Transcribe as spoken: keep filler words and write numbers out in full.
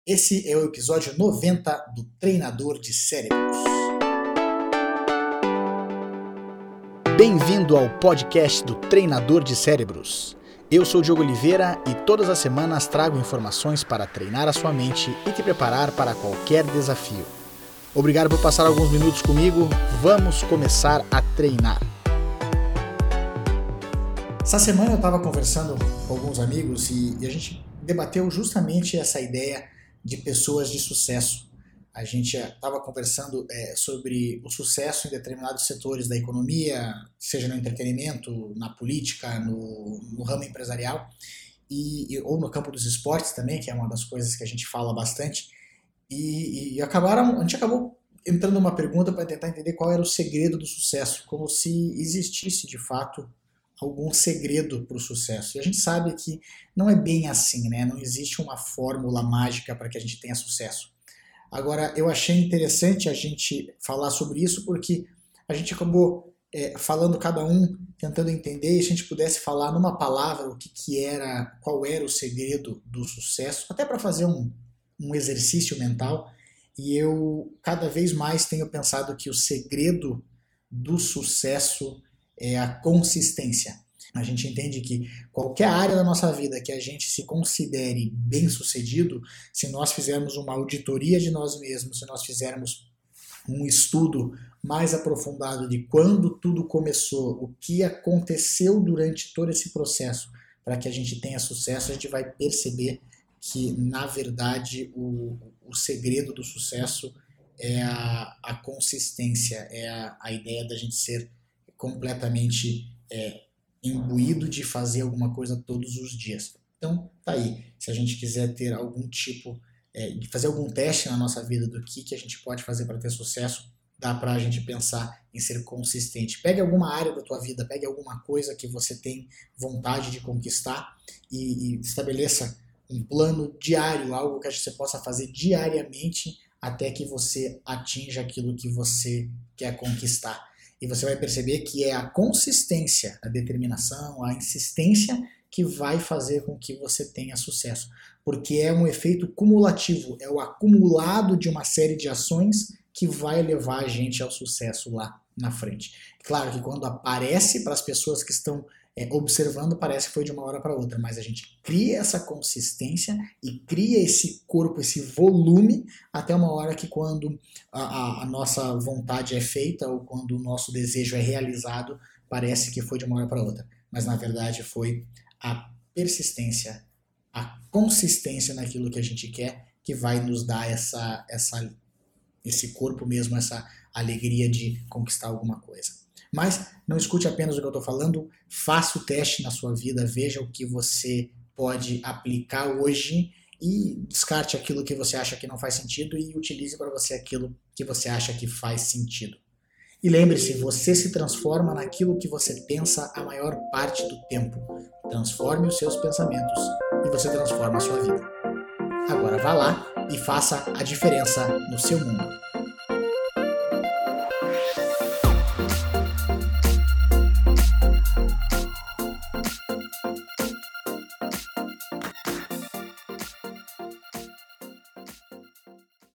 Esse é o episódio noventa do Treinador de Cérebros. Bem-vindo ao podcast do Treinador de Cérebros. Eu sou o Diogo Oliveira e todas as semanas trago informações para treinar a sua mente e te preparar para qualquer desafio. Obrigado por passar alguns minutos comigo. Vamos começar a treinar. Essa semana eu estava conversando com alguns amigos e, e a gente debateu justamente essa ideia de pessoas de sucesso. A gente estava conversando é, sobre o sucesso em determinados setores da economia, seja no entretenimento, na política, no, no ramo empresarial, e, e, ou no campo dos esportes também, que é uma das coisas que a gente fala bastante. E, e acabaram, a gente acabou entrando numa pergunta para tentar entender qual era o segredo do sucesso, como se existisse de fato algum segredo para o sucesso. E a gente sabe que não é bem assim, né? Não existe uma fórmula mágica para que a gente tenha sucesso. Agora, eu achei interessante a gente falar sobre isso porque a gente acabou é, falando cada um, tentando entender, e se a gente pudesse falar numa palavra o que, que era, qual era o segredo do sucesso, até para fazer um, um exercício mental. E eu cada vez mais tenho pensado que o segredo do sucesso é a consistência. A gente entende que qualquer área da nossa vida que a gente se considere bem-sucedido, se nós fizermos uma auditoria de nós mesmos, se nós fizermos um estudo mais aprofundado de quando tudo começou, o que aconteceu durante todo esse processo, para que a gente tenha sucesso, a gente vai perceber que, na verdade, o, o segredo do sucesso é a, a consistência, é a, a ideia da gente ser completamente é, imbuído de fazer alguma coisa todos os dias. Então, tá aí. Se a gente quiser ter algum tipo, é, de fazer algum teste na nossa vida do que, que a gente pode fazer para ter sucesso, dá pra gente pensar em ser consistente. Pegue alguma área da tua vida, pegue alguma coisa que você tem vontade de conquistar e, e estabeleça um plano diário, algo que você possa fazer diariamente até que você atinja aquilo que você quer conquistar. E você vai perceber que é a consistência, a determinação, a insistência que vai fazer com que você tenha sucesso. Porque é um efeito cumulativo, é o acumulado de uma série de ações que vai levar a gente ao sucesso lá na frente. Claro que quando aparece para as pessoas que estão é, observando, parece que foi de uma hora para outra, mas a gente cria essa consistência e cria esse corpo, esse volume, até uma hora que quando a, a, a nossa vontade é feita ou quando o nosso desejo é realizado, parece que foi de uma hora para outra. Mas na verdade foi a persistência, a consistência naquilo que a gente quer que vai nos dar essa, essa, esse corpo mesmo, essa alegria de conquistar alguma coisa. Mas não escute apenas o que eu estou falando, faça o teste na sua vida, veja o que você pode aplicar hoje e descarte aquilo que você acha que não faz sentido e utilize para você aquilo que você acha que faz sentido. E lembre-se, você se transforma naquilo que você pensa a maior parte do tempo. Transforme os seus pensamentos e você transforma a sua vida. Agora vá lá e faça a diferença no seu mundo.